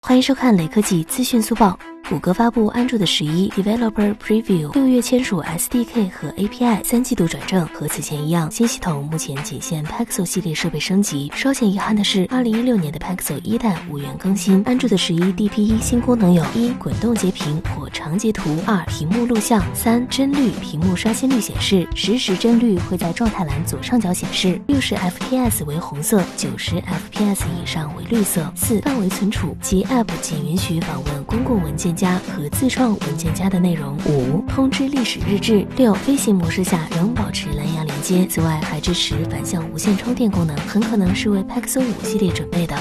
欢迎收看雷科技资讯速报。谷歌发布安卓的11 Developer Preview， 6月签署 SDK 和 API， 3季度转正。和此前一样，新系统目前仅限 Pixel 系列设备升级。稍显遗憾的是，2016年的 Pixel 1代无缘更新。安卓的11 DP1 新功能有：1、滚动截屏或长截图；2、屏幕录像；3、帧率屏幕刷新率显示，实时帧率会在状态栏左上角显示，60 FPS 为红色，90 FPS 以上为绿色。4、范围存储，其 App 仅允许访问公共文件夹和自创文件夹的内容。5、通知历史日志。6、飞行模式下仍保持蓝牙连接，此外还支持反向无线充电功能，很可能是为 Pixel 5系列准备的。